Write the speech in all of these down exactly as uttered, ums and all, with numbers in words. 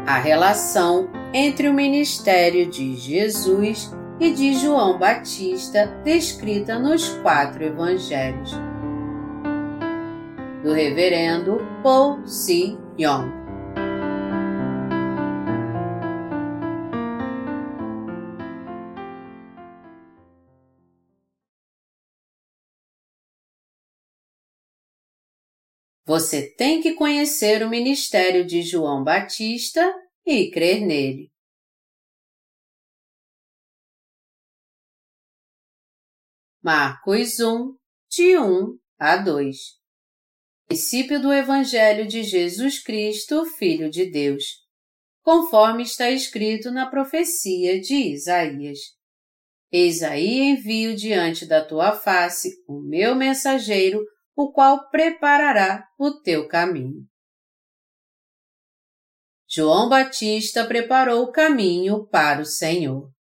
A relação entre o ministério de Jesus e de João Batista descrita nos quatro evangelhos. Do reverendo Paul C. Young. Você tem que conhecer o ministério de João Batista e crer nele. Marcos um, de um a dois. Princípio do Evangelho de Jesus Cristo, Filho de Deus, conforme está escrito na profecia de Isaías. Eis aí envio diante da tua face o meu mensageiro, o qual preparará o teu caminho. João Batista preparou o caminho para o Senhor.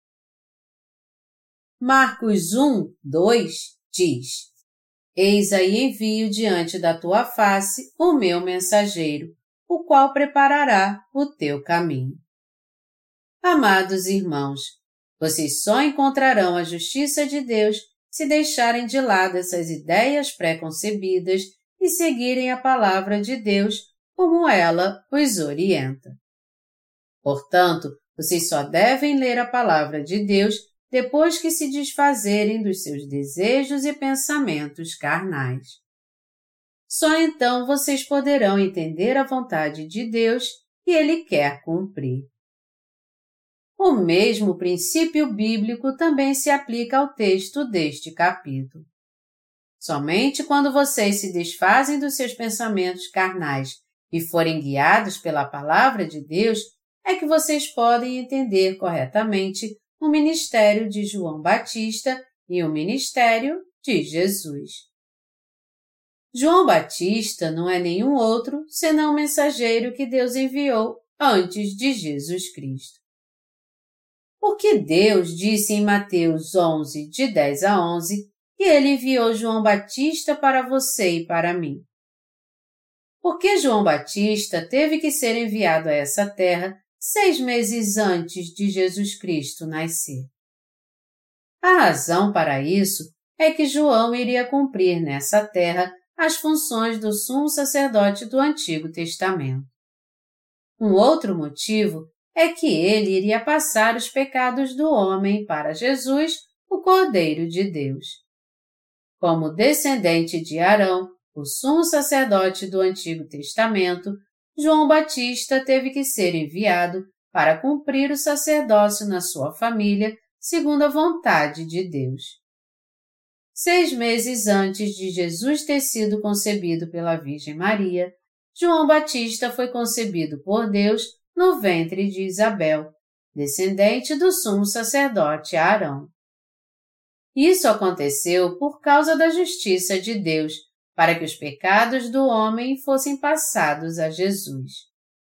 Marcos um, dois diz: Eis aí envio diante da tua face o meu mensageiro, o qual preparará o teu caminho. Amados irmãos, vocês só encontrarão a justiça de Deus se deixarem de lado essas ideias pré-concebidas e seguirem a palavra de Deus como ela os orienta. Portanto, vocês só devem ler a palavra de Deus depois que se desfazerem dos seus desejos e pensamentos carnais. Só então vocês poderão entender a vontade de Deus que Ele quer cumprir. O mesmo princípio bíblico também se aplica ao texto deste capítulo. Somente quando vocês se desfazem dos seus pensamentos carnais e forem guiados pela palavra de Deus, é que vocês podem entender corretamente o ministério de João Batista e o ministério de Jesus. João Batista não é nenhum outro senão o mensageiro que Deus enviou antes de Jesus Cristo. Porque Deus disse em Mateus onze, de dez a onze, que Ele enviou João Batista para você e para mim. Porque João Batista teve que ser enviado a essa terra seis meses antes de Jesus Cristo nascer. A razão para isso é que João iria cumprir nessa terra as funções do sumo sacerdote do Antigo Testamento. Um outro motivo é que ele iria passar os pecados do homem para Jesus, o Cordeiro de Deus. Como descendente de Arão, o sumo sacerdote do Antigo Testamento, João Batista teve que ser enviado para cumprir o sacerdócio na sua família, segundo a vontade de Deus. Seis meses antes de Jesus ter sido concebido pela Virgem Maria, João Batista foi concebido por Deus no ventre de Isabel, descendente do sumo sacerdote Arão. Isso aconteceu por causa da justiça de Deus, para que os pecados do homem fossem passados a Jesus.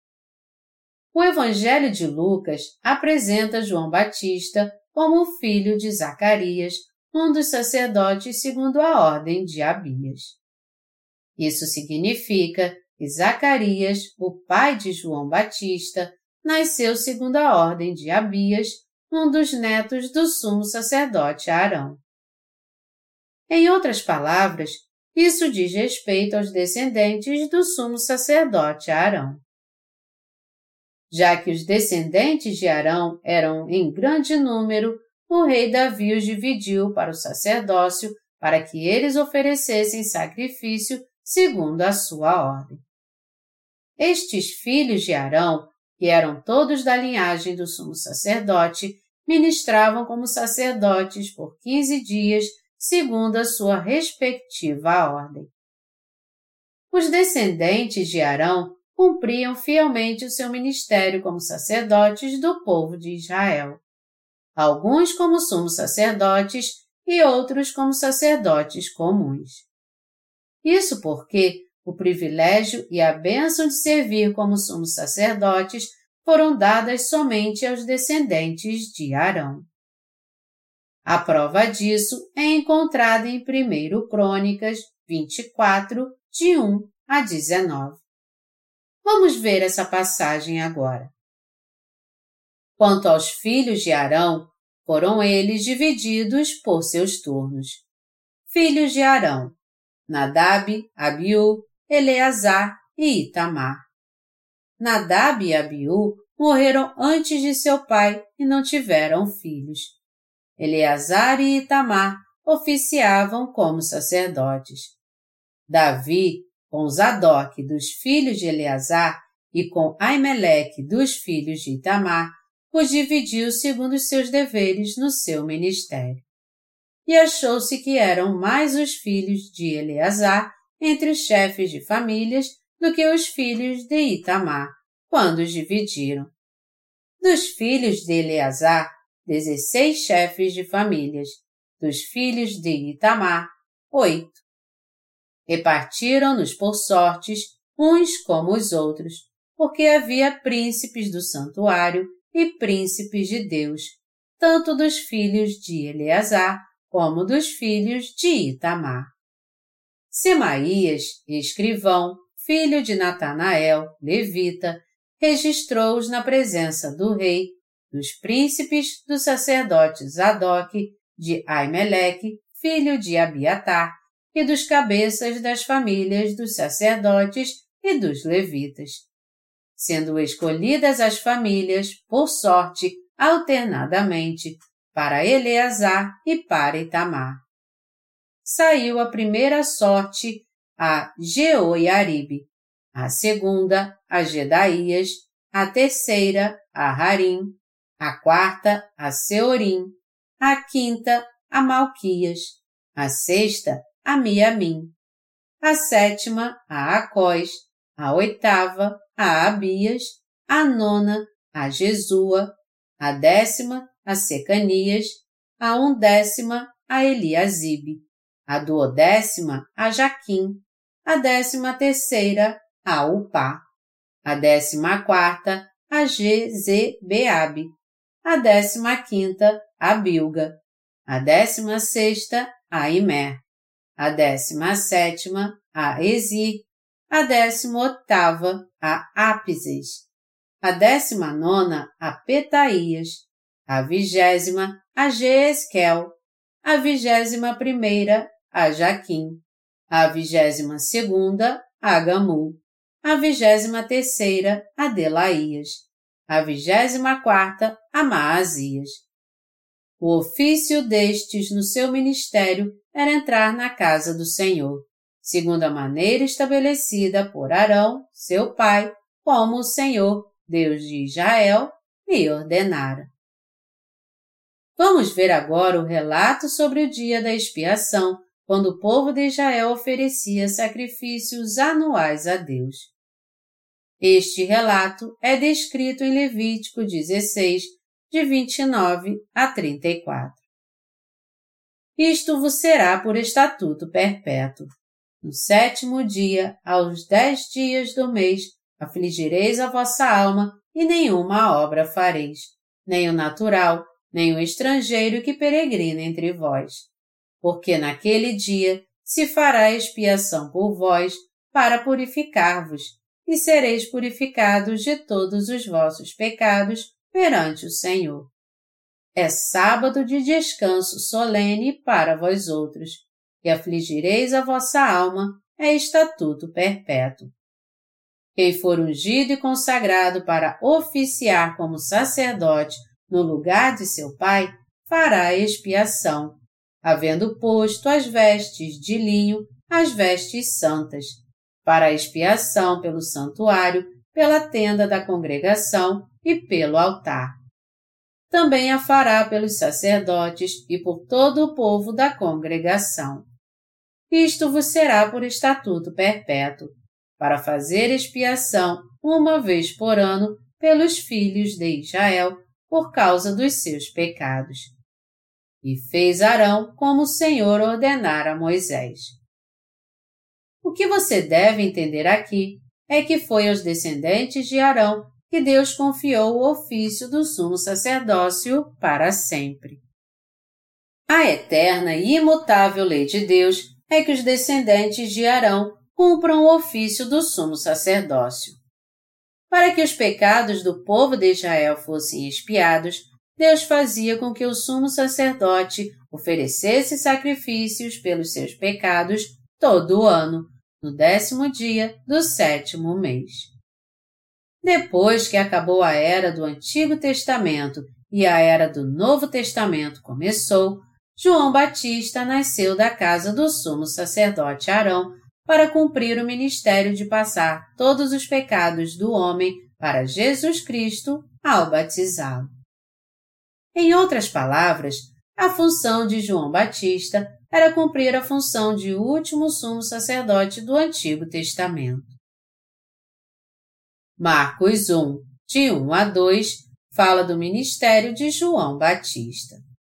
O Evangelho de Lucas apresenta João Batista como o filho de Zacarias, um dos sacerdotes segundo a ordem de Abias. Isso significa que Zacarias, o pai de João Batista, nasceu segundo a ordem de Abias, um dos netos do sumo sacerdote Arão. Em outras palavras, isso diz respeito aos descendentes do sumo sacerdote Arão. Já que os descendentes de Arão eram em grande número, o rei Davi os dividiu para o sacerdócio para que eles oferecessem sacrifício segundo a sua ordem. Estes filhos de Arão, que eram todos da linhagem do sumo sacerdote, ministravam como sacerdotes por quinze dias, segundo a sua respectiva ordem. Os descendentes de Arão cumpriam fielmente o seu ministério como sacerdotes do povo de Israel, alguns como sumos sacerdotes e outros como sacerdotes comuns. Isso porque o privilégio e a bênção de servir como sumos sacerdotes foram dadas somente aos descendentes de Arão. A prova disso é encontrada em primeira Crônicas vinte e quatro, de um a dezenove. Vamos ver essa passagem agora. Quanto aos filhos de Arão, foram eles divididos por seus turnos. Filhos de Arão: Nadab, Abiú, Eleazar e Itamar. Nadab e Abiú morreram antes de seu pai e não tiveram filhos. Eleazar e Itamar oficiavam como sacerdotes. Davi, com Zadok dos filhos de Eleazar e com Aimeleque dos filhos de Itamar, os dividiu segundo os seus deveres no seu ministério. E achou-se que eram mais os filhos de Eleazar entre os chefes de famílias do que os filhos de Itamar, quando os dividiram. Dos filhos de Eleazar, dezesseis chefes de famílias; dos filhos de Itamar, oito. Repartiram-nos por sortes, uns como os outros, porque havia príncipes do santuário e príncipes de Deus, tanto dos filhos de Eleazar como dos filhos de Itamar. Semaías, escrivão, filho de Natanael, levita, registrou-os na presença do rei, dos príncipes, do sacerdote Zadok, de Aimeleque, filho de Abiatar, e dos cabeças das famílias dos sacerdotes e dos levitas, sendo escolhidas as famílias, por sorte, alternadamente, para Eleazar e para Itamar. Saiu a primeira sorte a Jeoiaribe, a segunda a Jedaías, a terceira a Harim, a quarta a Seorim, a quinta a Malquias, a sexta a Miamim, a sétima a Acós, a oitava a Abias, a nona a Jesua, a décima a Secanias, a undécima a Eliasibe, a duodécima a Jaquim, a décima terceira a Upá, a décima quarta a Jezebeabe, a décima quinta a Bilga, a décima sexta a Imer, a décima sétima a Ezir, a décima oitava a Ápises, a décima nona a Petaías, a vigésima a Jeesquel, a vigésima primeira a Jaquim, a vigésima segunda a Gamul, a vigésima terceira a Delaías, a vigésima quarta a Maasias. O ofício destes no seu ministério era entrar na casa do Senhor, segundo a maneira estabelecida por Arão, seu pai, como o Senhor, Deus de Israel, lhe ordenara. Vamos ver agora o relato sobre o dia da expiação, quando o povo de Israel oferecia sacrifícios anuais a Deus. Este relato é descrito em Levítico dezesseis, de vinte e nove a trinta e quatro. Isto vos será por estatuto perpétuo. No sétimo dia, aos dez dias do mês, afligireis a vossa alma e nenhuma obra fareis, nem o natural, nem o estrangeiro que peregrina entre vós. Porque naquele dia se fará expiação por vós para purificar-vos, e sereis purificados de todos os vossos pecados perante o Senhor. É sábado de descanso solene para vós outros, e afligireis a vossa alma, é estatuto perpétuo. Quem for ungido e consagrado para oficiar como sacerdote no lugar de seu pai, fará expiação, havendo posto as vestes de linho, as vestes santas, para a expiação pelo santuário, pela tenda da congregação e pelo altar. Também a fará pelos sacerdotes e por todo o povo da congregação. Isto vos será por estatuto perpétuo, para fazer expiação uma vez por ano pelos filhos de Israel, por causa dos seus pecados. E fez Arão como o Senhor ordenara a Moisés. O que você deve entender aqui é que foi aos descendentes de Arão que Deus confiou o ofício do sumo sacerdócio para sempre. A eterna e imutável lei de Deus é que os descendentes de Arão cumpram o ofício do sumo sacerdócio. Para que os pecados do povo de Israel fossem expiados, Deus fazia com que o sumo sacerdote oferecesse sacrifícios pelos seus pecados todo o ano, no décimo dia do sétimo mês. Depois que acabou a era do Antigo Testamento e a era do Novo Testamento começou, João Batista nasceu da casa do sumo sacerdote Arão para cumprir o ministério de passar todos os pecados do homem para Jesus Cristo ao batizá-lo. Em outras palavras, a função de João Batista era cumprir a função de último sumo sacerdote do Antigo Testamento. Marcos um, de um a dois, fala do ministério de João Batista.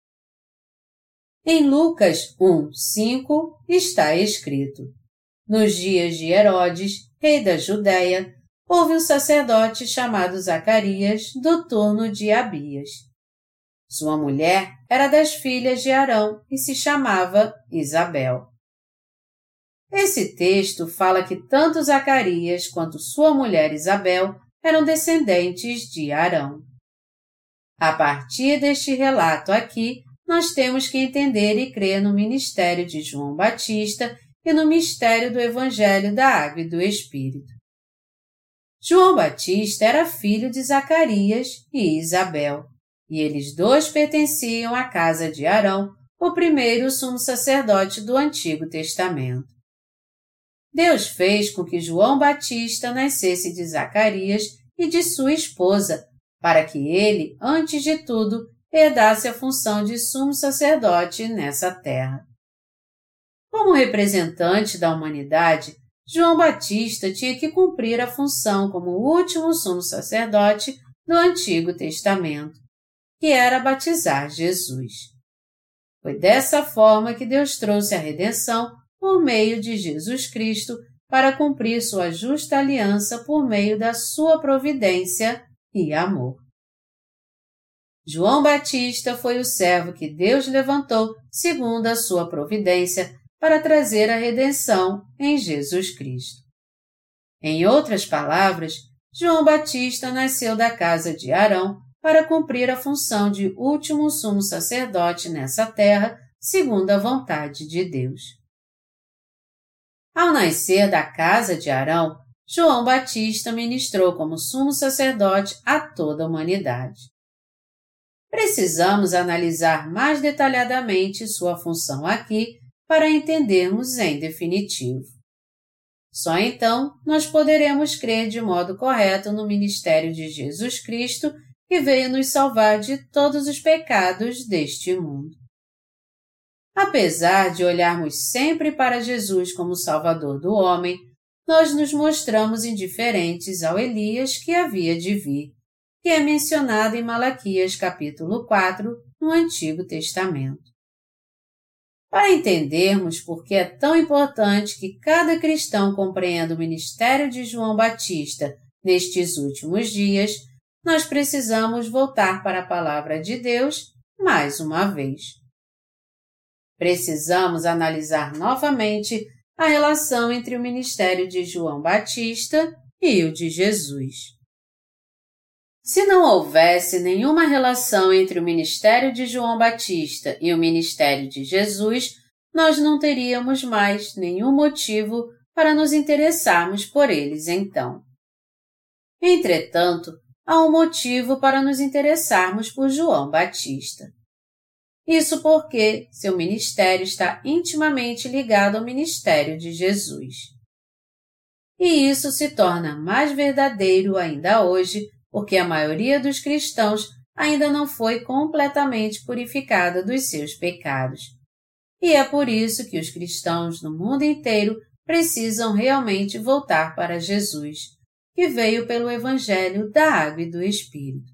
Em Lucas um, cinco, está escrito: Nos dias de Herodes, rei da Judéia, houve um sacerdote chamado Zacarias, do turno de Abias. Sua mulher era das filhas de Arão e se chamava Isabel. Esse texto fala que tanto Zacarias quanto sua mulher Isabel eram descendentes de Arão. A partir deste relato aqui, nós temos que entender e crer no ministério de João Batista e no mistério do Evangelho da Água e do Espírito. João Batista era filho de Zacarias e Isabel, e eles dois pertenciam à casa de Arão, o primeiro sumo sacerdote do Antigo Testamento. Deus fez com que João Batista nascesse de Zacarias e de sua esposa, para que ele, antes de tudo, herdasse a função de sumo sacerdote nessa terra. Como representante da humanidade, João Batista tinha que cumprir a função como o último sumo sacerdote do Antigo Testamento, que era batizar Jesus. Foi dessa forma que Deus trouxe a redenção por meio de Jesus Cristo para cumprir sua justa aliança por meio da sua providência e amor. João Batista foi o servo que Deus levantou segundo a sua providência para trazer a redenção em Jesus Cristo. Em outras palavras, João Batista nasceu da casa de Arão para cumprir a função de último sumo sacerdote nessa terra, segundo a vontade de Deus. Ao nascer da casa de Arão, João Batista ministrou como sumo sacerdote a toda a humanidade. Precisamos analisar mais detalhadamente sua função aqui para entendermos em definitivo. Só então nós poderemos crer de modo correto no ministério de Jesus Cristo, que veio nos salvar de todos os pecados deste mundo. Apesar de olharmos sempre para Jesus como Salvador do homem, nós nos mostramos indiferentes ao Elias que havia de vir, que é mencionado em Malaquias capítulo quatro, no Antigo Testamento. Para entendermos por que é tão importante que cada cristão compreenda o ministério de João Batista nestes últimos dias, nós precisamos voltar para a Palavra de Deus mais uma vez. Precisamos analisar novamente a relação entre o ministério de João Batista e o de Jesus. Se não houvesse nenhuma relação entre o ministério de João Batista e o ministério de Jesus, nós não teríamos mais nenhum motivo para nos interessarmos por eles então. Entretanto, há um motivo para nos interessarmos por João Batista. Isso porque seu ministério está intimamente ligado ao ministério de Jesus. E isso se torna mais verdadeiro ainda hoje, porque a maioria dos cristãos ainda não foi completamente purificada dos seus pecados. E é por isso que os cristãos no mundo inteiro precisam realmente voltar para Jesus, que veio pelo Evangelho da Água e do Espírito.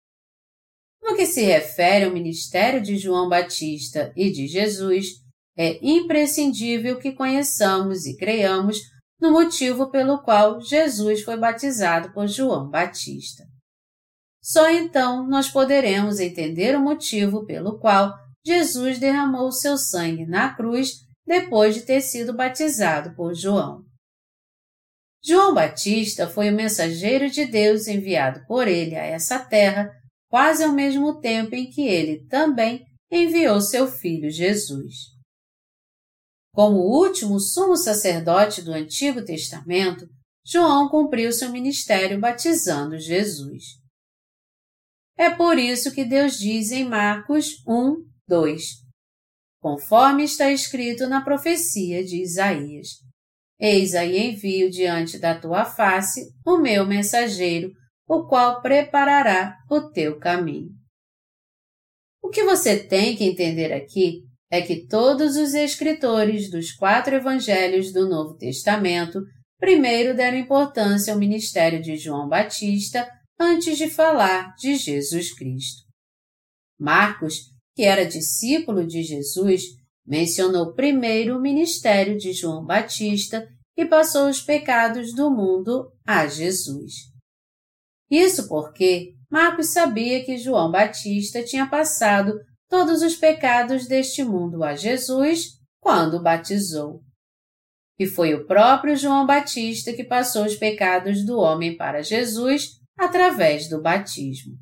No que se refere ao ministério de João Batista e de Jesus, é imprescindível que conheçamos e creiamos no motivo pelo qual Jesus foi batizado por João Batista. Só então nós poderemos entender o motivo pelo qual Jesus derramou seu sangue na cruz depois de ter sido batizado por João. João Batista foi o mensageiro de Deus enviado por ele a essa terra, quase ao mesmo tempo em que ele também enviou seu filho Jesus. Como o último sumo sacerdote do Antigo Testamento, João cumpriu seu ministério batizando Jesus. É por isso que Deus diz em Marcos um, dois, conforme está escrito na profecia de Isaías: Eis aí envio diante da tua face o meu mensageiro, o qual preparará o teu caminho. O que você tem que entender aqui é que todos os escritores dos quatro evangelhos do Novo Testamento primeiro deram importância ao ministério de João Batista antes de falar de Jesus Cristo. Marcos, que era discípulo de Jesus, mencionou primeiro o ministério de João Batista e passou os pecados do mundo a Jesus. Isso porque Marcos sabia que João Batista tinha passado todos os pecados deste mundo a Jesus quando o batizou. E foi o próprio João Batista que passou os pecados do homem para Jesus através do batismo.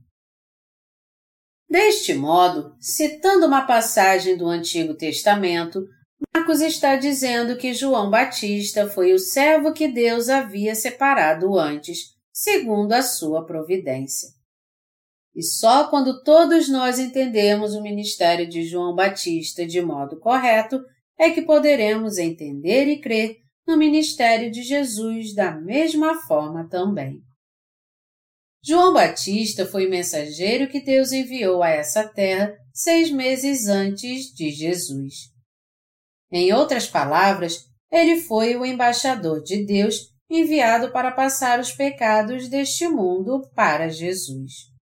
Deste modo, citando uma passagem do Antigo Testamento, Marcos está dizendo que João Batista foi o servo que Deus havia separado antes, segundo a sua providência. E só quando todos nós entendemos o ministério de João Batista de modo correto, é que poderemos entender e crer no ministério de Jesus da mesma forma também. João Batista foi o mensageiro que Deus enviou a essa terra seis meses antes de Jesus. Em outras palavras, ele foi o embaixador de Deus enviado para passar os pecados deste mundo para Jesus.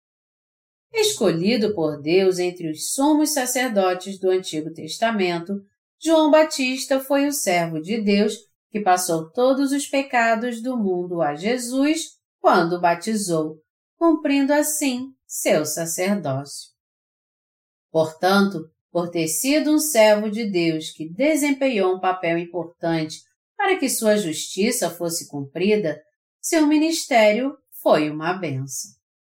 Escolhido por Deus entre os sumos sacerdotes do Antigo Testamento, João Batista foi o servo de Deus que passou todos os pecados do mundo a Jesus quando o batizou, cumprindo assim seu sacerdócio. Portanto, por ter sido um servo de Deus que desempenhou um papel importante para que sua justiça fosse cumprida, seu ministério foi uma bênção.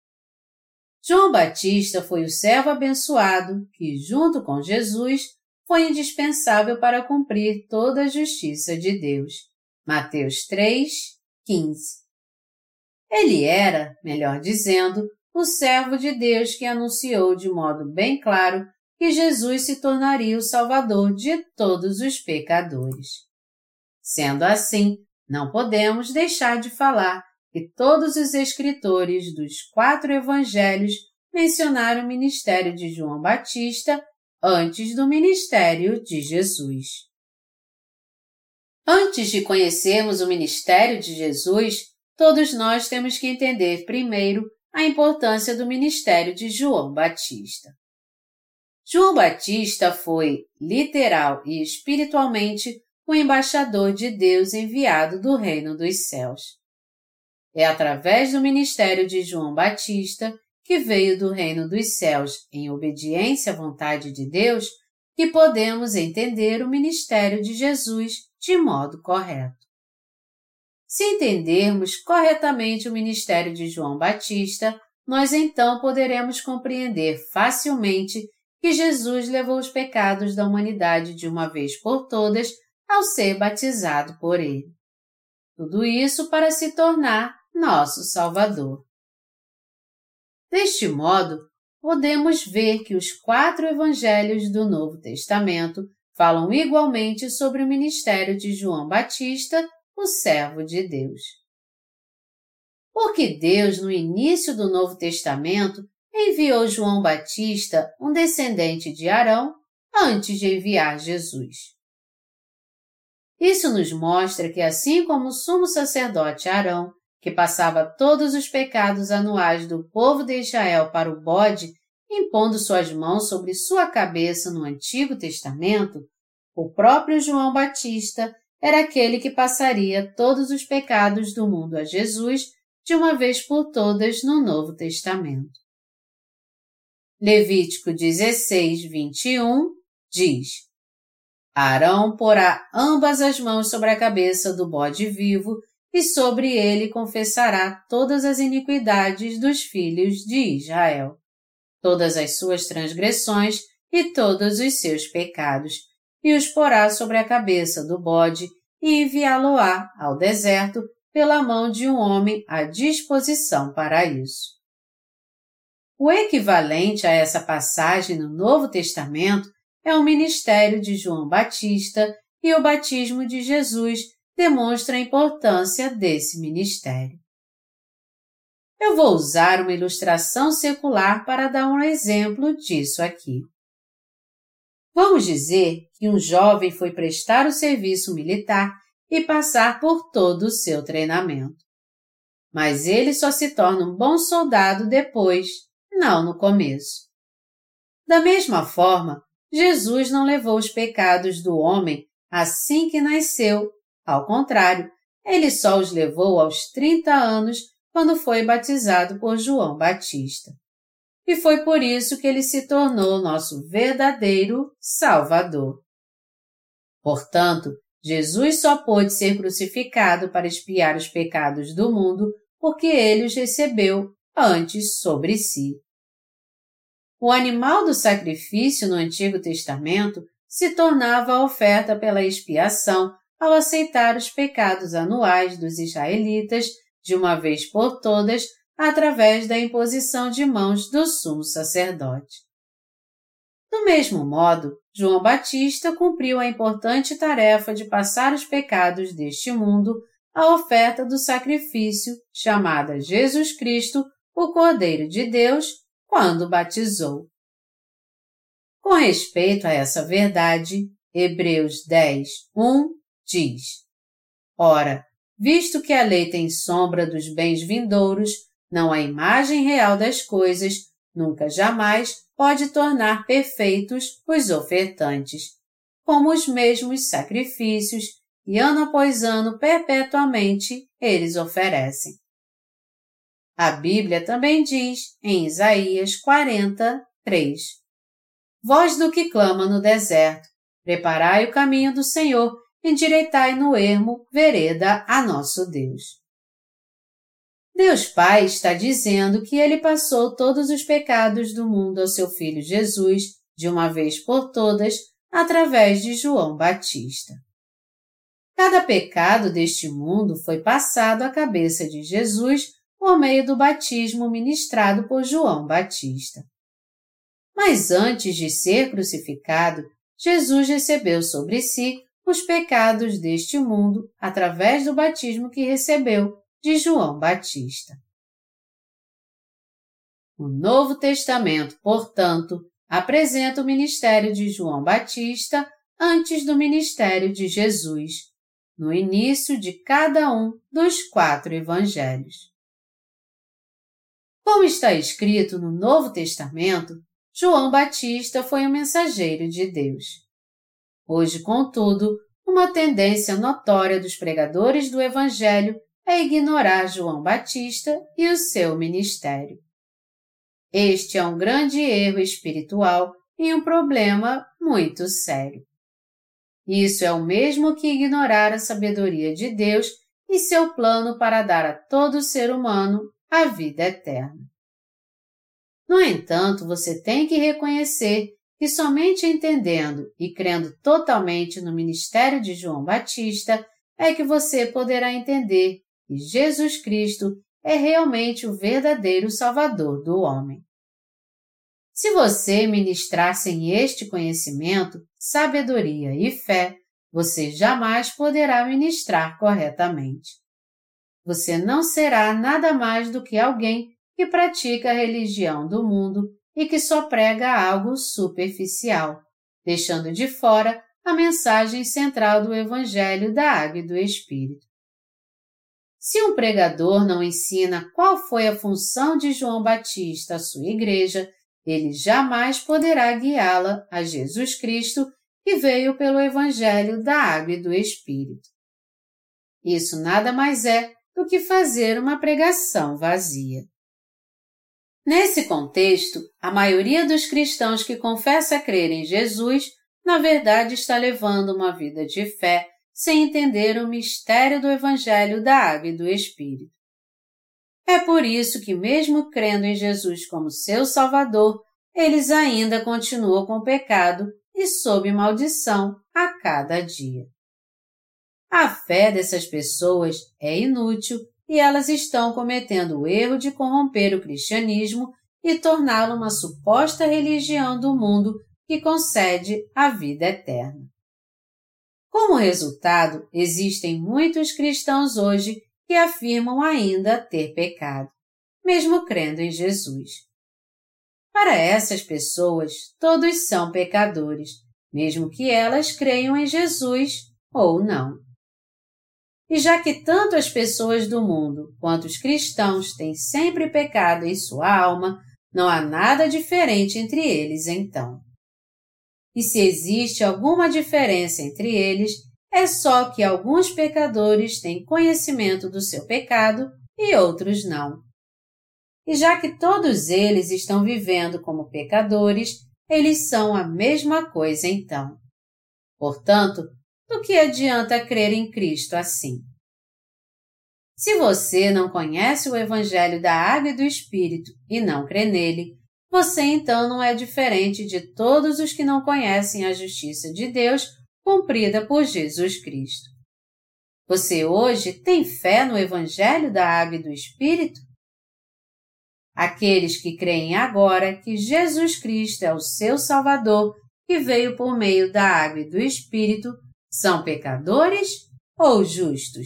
João Batista foi o servo abençoado que, junto com Jesus, foi indispensável para cumprir toda a justiça de Deus. Mateus três, quinze. Ele era, melhor dizendo, o servo de Deus que anunciou de modo bem claro que Jesus se tornaria o Salvador de todos os pecadores. Sendo assim, não podemos deixar de falar que todos os escritores dos quatro evangelhos mencionaram o ministério de João Batista antes do ministério de Jesus. Antes de conhecermos o ministério de Jesus, todos nós temos que entender primeiro a importância do ministério de João Batista. João Batista foi, literal e espiritualmente, o embaixador de Deus enviado do reino dos céus. É através do ministério de João Batista, que veio do reino dos céus em obediência à vontade de Deus, que podemos entender o ministério de Jesus de modo correto. Se entendermos corretamente o ministério de João Batista, nós então poderemos compreender facilmente que Jesus levou os pecados da humanidade de uma vez por todas ao ser batizado por ele. Tudo isso para se tornar nosso Salvador. Deste modo, podemos ver que os quatro evangelhos do Novo Testamento falam igualmente sobre o ministério de João Batista, o servo de Deus. Porque Deus, no início do Novo Testamento, enviou João Batista, um descendente de Arão, antes de enviar Jesus. Isso nos mostra que, assim como o sumo sacerdote Arão, que passava todos os pecados anuais do povo de Israel para o bode, impondo suas mãos sobre sua cabeça no Antigo Testamento, o próprio João Batista era aquele que passaria todos os pecados do mundo a Jesus de uma vez por todas no Novo Testamento. Levítico dezesseis, vinte e um diz: Arão porá ambas as mãos sobre a cabeça do bode vivo e sobre ele confessará todas as iniquidades dos filhos de Israel, todas as suas transgressões e todos os seus pecados, e os porá sobre a cabeça do bode e enviá-lo-á ao deserto pela mão de um homem à disposição para isso. O equivalente a essa passagem no Novo Testamento é o ministério de João Batista, e o batismo de Jesus demonstra a importância desse ministério. Eu vou usar uma ilustração secular para dar um exemplo disso aqui. Vamos dizer que um jovem foi prestar o serviço militar e passar por todo o seu treinamento. Mas ele só se torna um bom soldado depois, não no começo. Da mesma forma, Jesus não levou os pecados do homem assim que nasceu. Ao contrário, ele só os levou aos trinta anos, quando foi batizado por João Batista. E foi por isso que ele se tornou nosso verdadeiro Salvador. Portanto, Jesus só pôde ser crucificado para expiar os pecados do mundo, porque ele os recebeu antes sobre si. O animal do sacrifício no Antigo Testamento se tornava a oferta pela expiação ao aceitar os pecados anuais dos israelitas de uma vez por todas através da imposição de mãos do sumo sacerdote. Do mesmo modo, João Batista cumpriu a importante tarefa de passar os pecados deste mundo à oferta do sacrifício chamada Jesus Cristo, o Cordeiro de Deus, quando batizou. Com respeito a essa verdade, Hebreus dez, um diz: Ora, visto que a lei tem sombra dos bens vindouros, não a imagem real das coisas, nunca jamais pode tornar perfeitos os ofertantes, como os mesmos sacrifícios, e ano após ano perpetuamente eles oferecem. A Bíblia também diz, em Isaías quarenta, três: Voz do que clama no deserto, preparai o caminho do Senhor, endireitai no ermo vereda a nosso Deus. Deus Pai está dizendo que Ele passou todos os pecados do mundo ao seu Filho Jesus, de uma vez por todas, através de João Batista. Cada pecado deste mundo foi passado à cabeça de Jesus por meio do batismo ministrado por João Batista. Mas antes de ser crucificado, Jesus recebeu sobre si os pecados deste mundo através do batismo que recebeu de João Batista. O Novo Testamento, portanto, apresenta o ministério de João Batista antes do ministério de Jesus, no início de cada um dos quatro evangelhos. Como está escrito no Novo Testamento, João Batista foi o mensageiro de Deus. Hoje, contudo, uma tendência notória dos pregadores do Evangelho é ignorar João Batista e o seu ministério. Este é um grande erro espiritual e um problema muito sério. Isso é o mesmo que ignorar a sabedoria de Deus e seu plano para dar a todo ser humano a vida eterna. No entanto, você tem que reconhecer que somente entendendo e crendo totalmente no ministério de João Batista é que você poderá entender que Jesus Cristo é realmente o verdadeiro Salvador do homem. Se você ministrar sem este conhecimento, sabedoria e fé, você jamais poderá ministrar corretamente. Você não será nada mais do que alguém que pratica a religião do mundo e que só prega algo superficial, deixando de fora a mensagem central do Evangelho da Água e do Espírito. Se um pregador não ensina qual foi a função de João Batista à sua igreja, ele jamais poderá guiá-la a Jesus Cristo, que veio pelo Evangelho da Água e do Espírito. Isso nada mais é do que fazer uma pregação vazia. Nesse contexto, a maioria dos cristãos que confessa crer em Jesus, na verdade está levando uma vida de fé sem entender o mistério do Evangelho da Água e do Espírito. É por isso que, mesmo crendo em Jesus como seu Salvador, eles ainda continuam com o pecado e sob maldição a cada dia. A fé dessas pessoas é inútil e elas estão cometendo o erro de corromper o cristianismo e torná-lo uma suposta religião do mundo que concede a vida eterna. Como resultado, existem muitos cristãos hoje que afirmam ainda ter pecado, mesmo crendo em Jesus. Para essas pessoas, todos são pecadores, mesmo que elas creiam em Jesus ou não. E já que tanto as pessoas do mundo quanto os cristãos têm sempre pecado em sua alma, não há nada diferente entre eles então. E se existe alguma diferença entre eles, é só que alguns pecadores têm conhecimento do seu pecado e outros não. E já que todos eles estão vivendo como pecadores, eles são a mesma coisa então. Portanto, do que adianta crer em Cristo assim? Se você não conhece o Evangelho da Água e do Espírito e não crê nele, você então não é diferente de todos os que não conhecem a justiça de Deus cumprida por Jesus Cristo. Você hoje tem fé no Evangelho da Água e do Espírito? Aqueles que creem agora que Jesus Cristo é o seu Salvador, que veio por meio da água e do Espírito, são pecadores ou justos?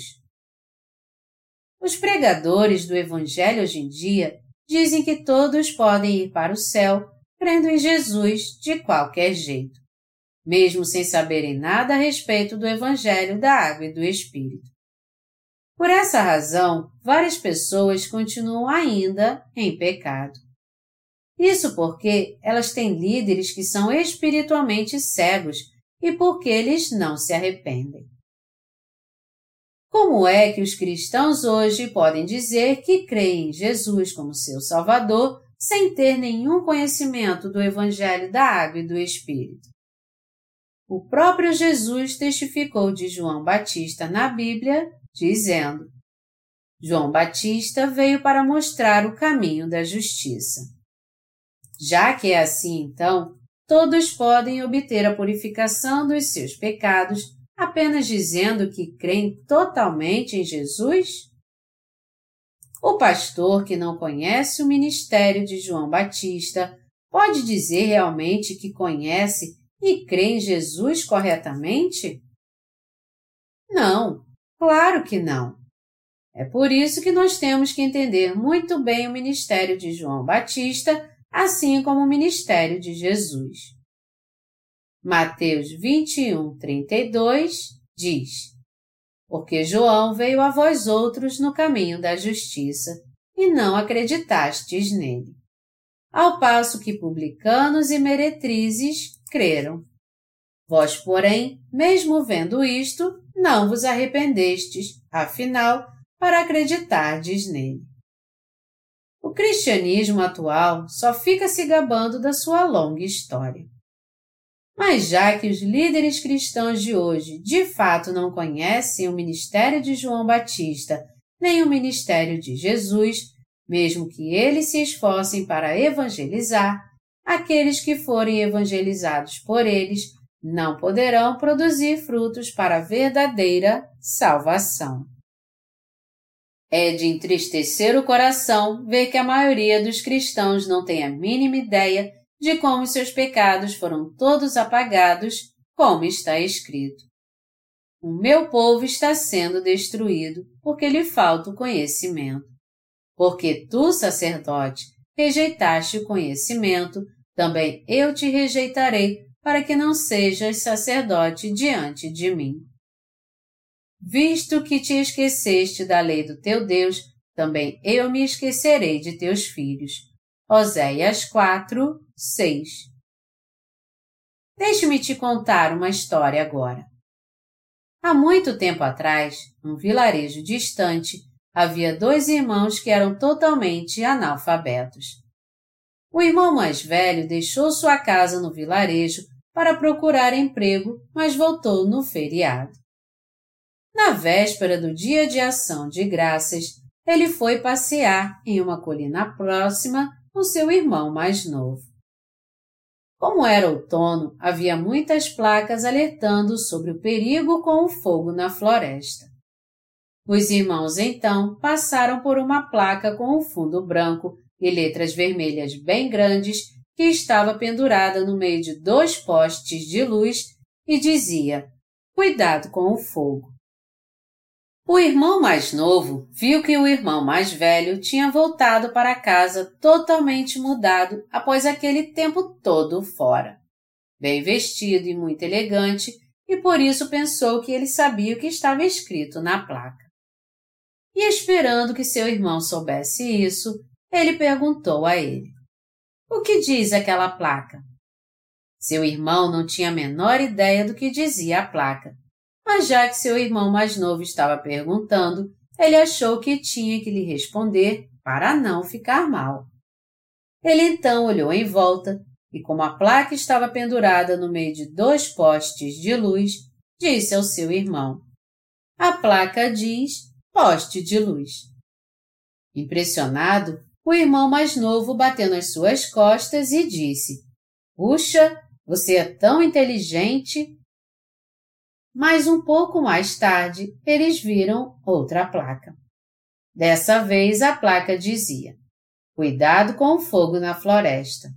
Os pregadores do Evangelho hoje em dia dizem que todos podem ir para o céu crendo em Jesus de qualquer jeito, mesmo sem saberem nada a respeito do Evangelho da Água e do Espírito. Por essa razão, várias pessoas continuam ainda em pecado. Isso porque elas têm líderes que são espiritualmente cegos e porque eles não se arrependem. Como é que os cristãos hoje podem dizer que creem em Jesus como seu Salvador sem ter nenhum conhecimento do Evangelho da Água e do Espírito? O próprio Jesus testificou de João Batista na Bíblia, dizendo: João Batista veio para mostrar o caminho da justiça. Já que é assim, então, todos podem obter a purificação dos seus pecados apenas dizendo que creem totalmente em Jesus? O pastor que não conhece o ministério de João Batista pode dizer realmente que conhece e crê em Jesus corretamente? Não, claro que não. É por isso que nós temos que entender muito bem o ministério de João Batista, assim como o ministério de Jesus. Mateus vinte e um, trinta e dois diz: Porque João veio a vós outros no caminho da justiça, e não acreditastes nele. Ao passo que publicanos e meretrizes creram. Vós, porém, mesmo vendo isto, não vos arrependestes, afinal, para acreditardes nele. O cristianismo atual só fica se gabando da sua longa história. Mas já que os líderes cristãos de hoje de fato não conhecem o ministério de João Batista nem o ministério de Jesus, mesmo que eles se esforcem para evangelizar, aqueles que forem evangelizados por eles não poderão produzir frutos para a verdadeira salvação. É de entristecer o coração ver que a maioria dos cristãos não tem a mínima ideia de como seus pecados foram todos apagados, como está escrito. O meu povo está sendo destruído porque lhe falta o conhecimento. Porque tu, sacerdote, rejeitaste o conhecimento, também eu te rejeitarei para que não sejas sacerdote diante de mim. Visto que te esqueceste da lei do teu Deus, também eu me esquecerei de teus filhos. Oséias quatro, seis. Deixe-me te contar uma história agora. Há muito tempo atrás, num vilarejo distante, havia dois irmãos que eram totalmente analfabetos. O irmão mais velho deixou sua casa no vilarejo para procurar emprego, mas voltou no feriado. Na véspera do dia de ação de graças, ele foi passear em uma colina próxima com seu irmão mais novo. Como era outono, havia muitas placas alertando sobre o perigo com o fogo na floresta. Os irmãos, então, passaram por uma placa com um fundo branco e letras vermelhas bem grandes que estava pendurada no meio de dois postes de luz e dizia: "Cuidado com o fogo." O irmão mais novo viu que o irmão mais velho tinha voltado para casa totalmente mudado após aquele tempo todo fora. Bem vestido e muito elegante, e por isso pensou que ele sabia o que estava escrito na placa. E esperando que seu irmão soubesse isso, ele perguntou a ele: "O que diz aquela placa?" Seu irmão não tinha a menor ideia do que dizia a placa. Mas já que seu irmão mais novo estava perguntando, ele achou que tinha que lhe responder para não ficar mal. Ele então olhou em volta e, como a placa estava pendurada no meio de dois postes de luz, disse ao seu irmão: "A placa diz poste de luz." Impressionado, o irmão mais novo bateu nas suas costas e disse: "Puxa, você é tão inteligente." Mas um pouco mais tarde, eles viram outra placa. Dessa vez, a placa dizia: "Cuidado com o fogo na floresta."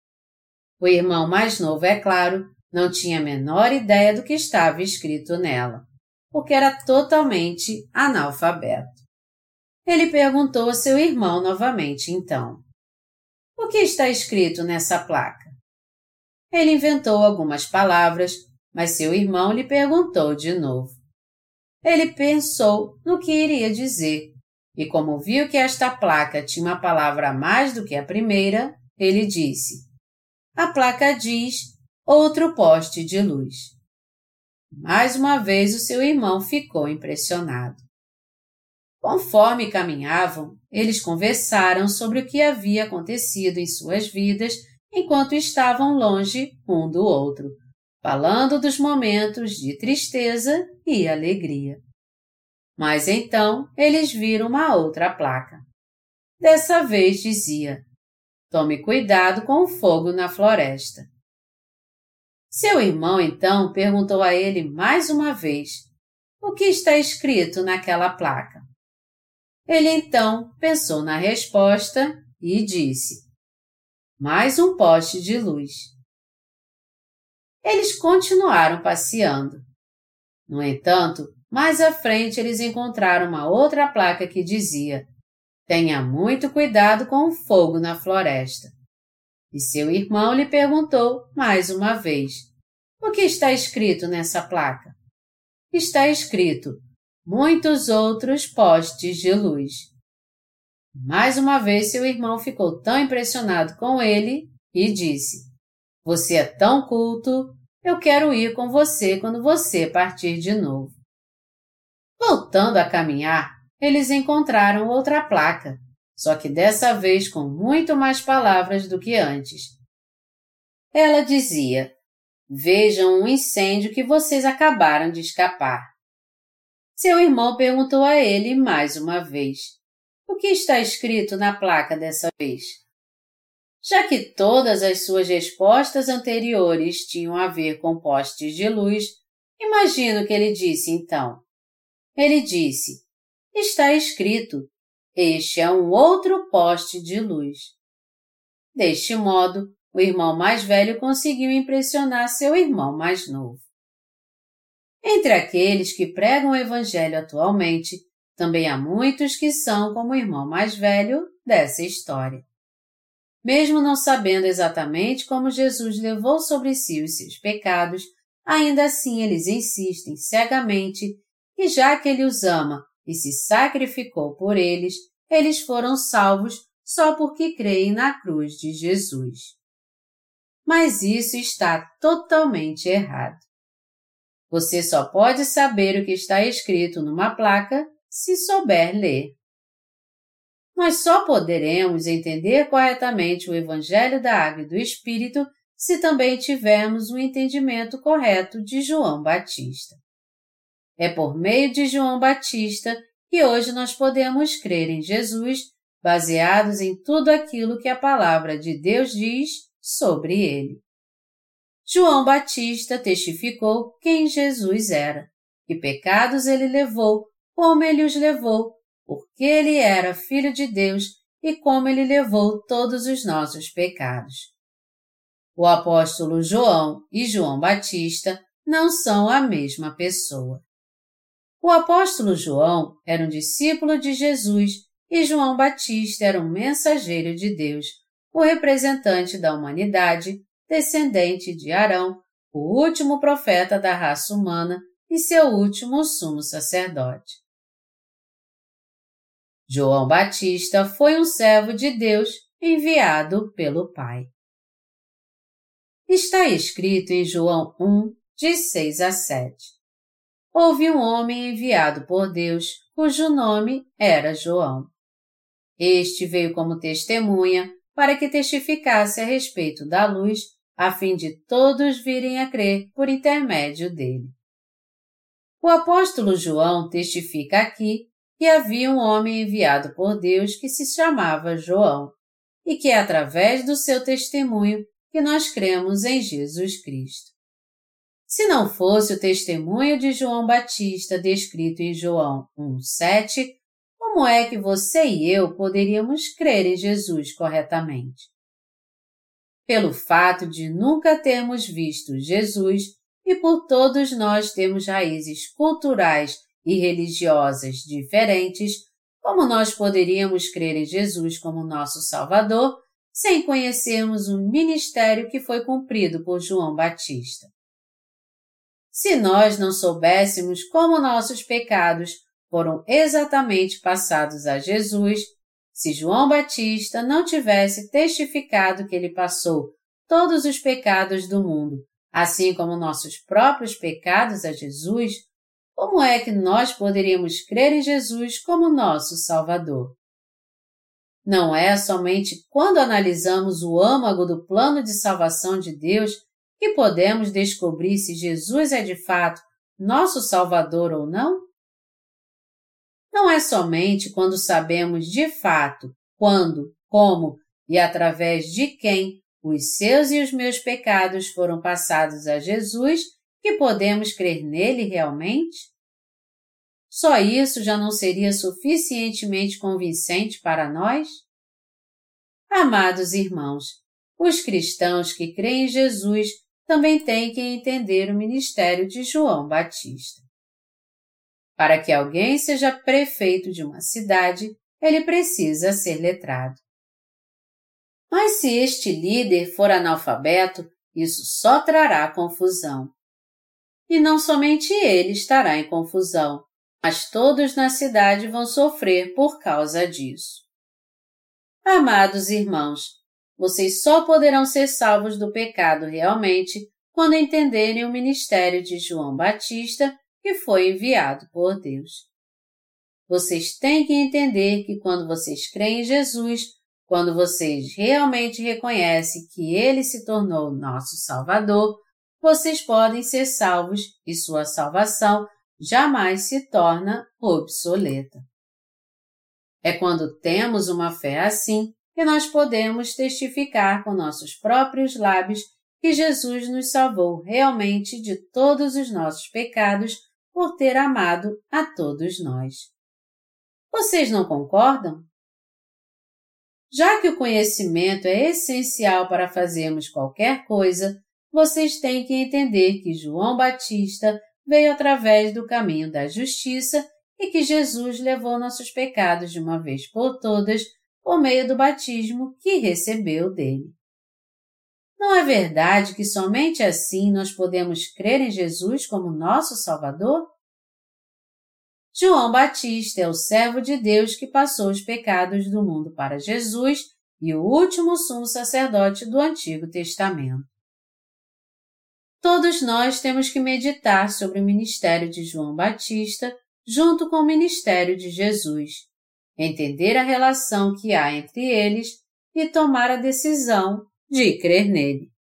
O irmão mais novo, é claro, não tinha a menor ideia do que estava escrito nela, porque era totalmente analfabeto. Ele perguntou a seu irmão novamente, então: "O que está escrito nessa placa?" Ele inventou algumas palavras, mas seu irmão lhe perguntou de novo. Ele pensou no que iria dizer, e como viu que esta placa tinha uma palavra a mais do que a primeira, ele disse: "A placa diz outro poste de luz." Mais uma vez o seu irmão ficou impressionado. Conforme caminhavam, eles conversaram sobre o que havia acontecido em suas vidas enquanto estavam longe um do outro, falando dos momentos de tristeza e alegria. Mas então eles viram uma outra placa. Dessa vez dizia: "Tome cuidado com o fogo na floresta." Seu irmão então perguntou a ele mais uma vez: "O que está escrito naquela placa?" Ele então pensou na resposta e disse: "Mais um poste de luz." Eles continuaram passeando. No entanto, mais à frente eles encontraram uma outra placa que dizia: "Tenha muito cuidado com o fogo na floresta." E seu irmão lhe perguntou mais uma vez: "O que está escrito nessa placa?" Está escrito: "Muitos outros postes de luz." Mais uma vez seu irmão ficou tão impressionado com ele e disse: "Você é tão culto, eu quero ir com você quando você partir de novo." Voltando a caminhar, eles encontraram outra placa, só que dessa vez com muito mais palavras do que antes. Ela dizia: "Vejam um incêndio que vocês acabaram de escapar." Seu irmão perguntou a ele mais uma vez: "O que está escrito na placa dessa vez?" Já que todas as suas respostas anteriores tinham a ver com postes de luz, imagino que ele disse então. Ele disse: "Está escrito: este é um outro poste de luz." Deste modo, o irmão mais velho conseguiu impressionar seu irmão mais novo. Entre aqueles que pregam o Evangelho atualmente, também há muitos que são como o irmão mais velho dessa história. Mesmo não sabendo exatamente como Jesus levou sobre si os seus pecados, ainda assim eles insistem cegamente que já que ele os ama e se sacrificou por eles, eles foram salvos só porque creem na cruz de Jesus. Mas isso está totalmente errado. Você só pode saber o que está escrito numa placa se souber ler. Nós só poderemos entender corretamente o Evangelho da Água e do Espírito se também tivermos um entendimento correto de João Batista. É por meio de João Batista que hoje nós podemos crer em Jesus, baseados em tudo aquilo que a palavra de Deus diz sobre ele. João Batista testificou quem Jesus era, que pecados ele levou, como ele os levou, porque ele era Filho de Deus e como ele levou todos os nossos pecados. O apóstolo João e João Batista não são a mesma pessoa. O apóstolo João era um discípulo de Jesus e João Batista era um mensageiro de Deus, o representante da humanidade, descendente de Arão, o último profeta da raça humana e seu último sumo sacerdote. João Batista foi um servo de Deus enviado pelo Pai. Está escrito em João um, de seis a sete. Houve um homem enviado por Deus, cujo nome era João. Este veio como testemunha para que testificasse a respeito da luz, a fim de todos virem a crer por intermédio dele. O apóstolo João testifica aqui que havia um homem enviado por Deus que se chamava João, e que é através do seu testemunho que nós cremos em Jesus Cristo. Se não fosse o testemunho de João Batista descrito em João um, sete, como é que você e eu poderíamos crer em Jesus corretamente? Pelo fato de nunca termos visto Jesus e por todos nós termos raízes culturais e religiosas diferentes, como nós poderíamos crer em Jesus como nosso Salvador sem conhecermos o ministério que foi cumprido por João Batista? Se nós não soubéssemos como nossos pecados foram exatamente passados a Jesus, se João Batista não tivesse testificado que ele passou todos os pecados do mundo, assim como nossos próprios pecados a Jesus, como é que nós poderíamos crer em Jesus como nosso Salvador? Não é somente quando analisamos o âmago do plano de salvação de Deus que podemos descobrir se Jesus é de fato nosso Salvador ou não? Não é somente quando sabemos de fato quando, como e através de quem os seus e os meus pecados foram passados a Jesus que podemos crer nele realmente? Só isso já não seria suficientemente convincente para nós? Amados irmãos, os cristãos que creem em Jesus também têm que entender o ministério de João Batista. Para que alguém seja prefeito de uma cidade, ele precisa ser letrado. Mas se este líder for analfabeto, isso só trará confusão. E não somente ele estará em confusão, mas todos na cidade vão sofrer por causa disso. Amados irmãos, vocês só poderão ser salvos do pecado realmente quando entenderem o ministério de João Batista, que foi enviado por Deus. Vocês têm que entender que quando vocês creem em Jesus, quando vocês realmente reconhecem que Ele se tornou nosso Salvador, vocês podem ser salvos e sua salvação jamais se torna obsoleta. É quando temos uma fé assim que nós podemos testificar com nossos próprios lábios que Jesus nos salvou realmente de todos os nossos pecados por ter amado a todos nós. Vocês não concordam? Já que o conhecimento é essencial para fazermos qualquer coisa, vocês têm que entender que João Batista veio através do caminho da justiça e que Jesus levou nossos pecados de uma vez por todas por meio do batismo que recebeu dele. Não é verdade que somente assim nós podemos crer em Jesus como nosso Salvador? João Batista é o servo de Deus que passou os pecados do mundo para Jesus e o último sumo sacerdote do Antigo Testamento. Todos nós temos que meditar sobre o ministério de João Batista junto com o ministério de Jesus, entender a relação que há entre eles e tomar a decisão de crer nele.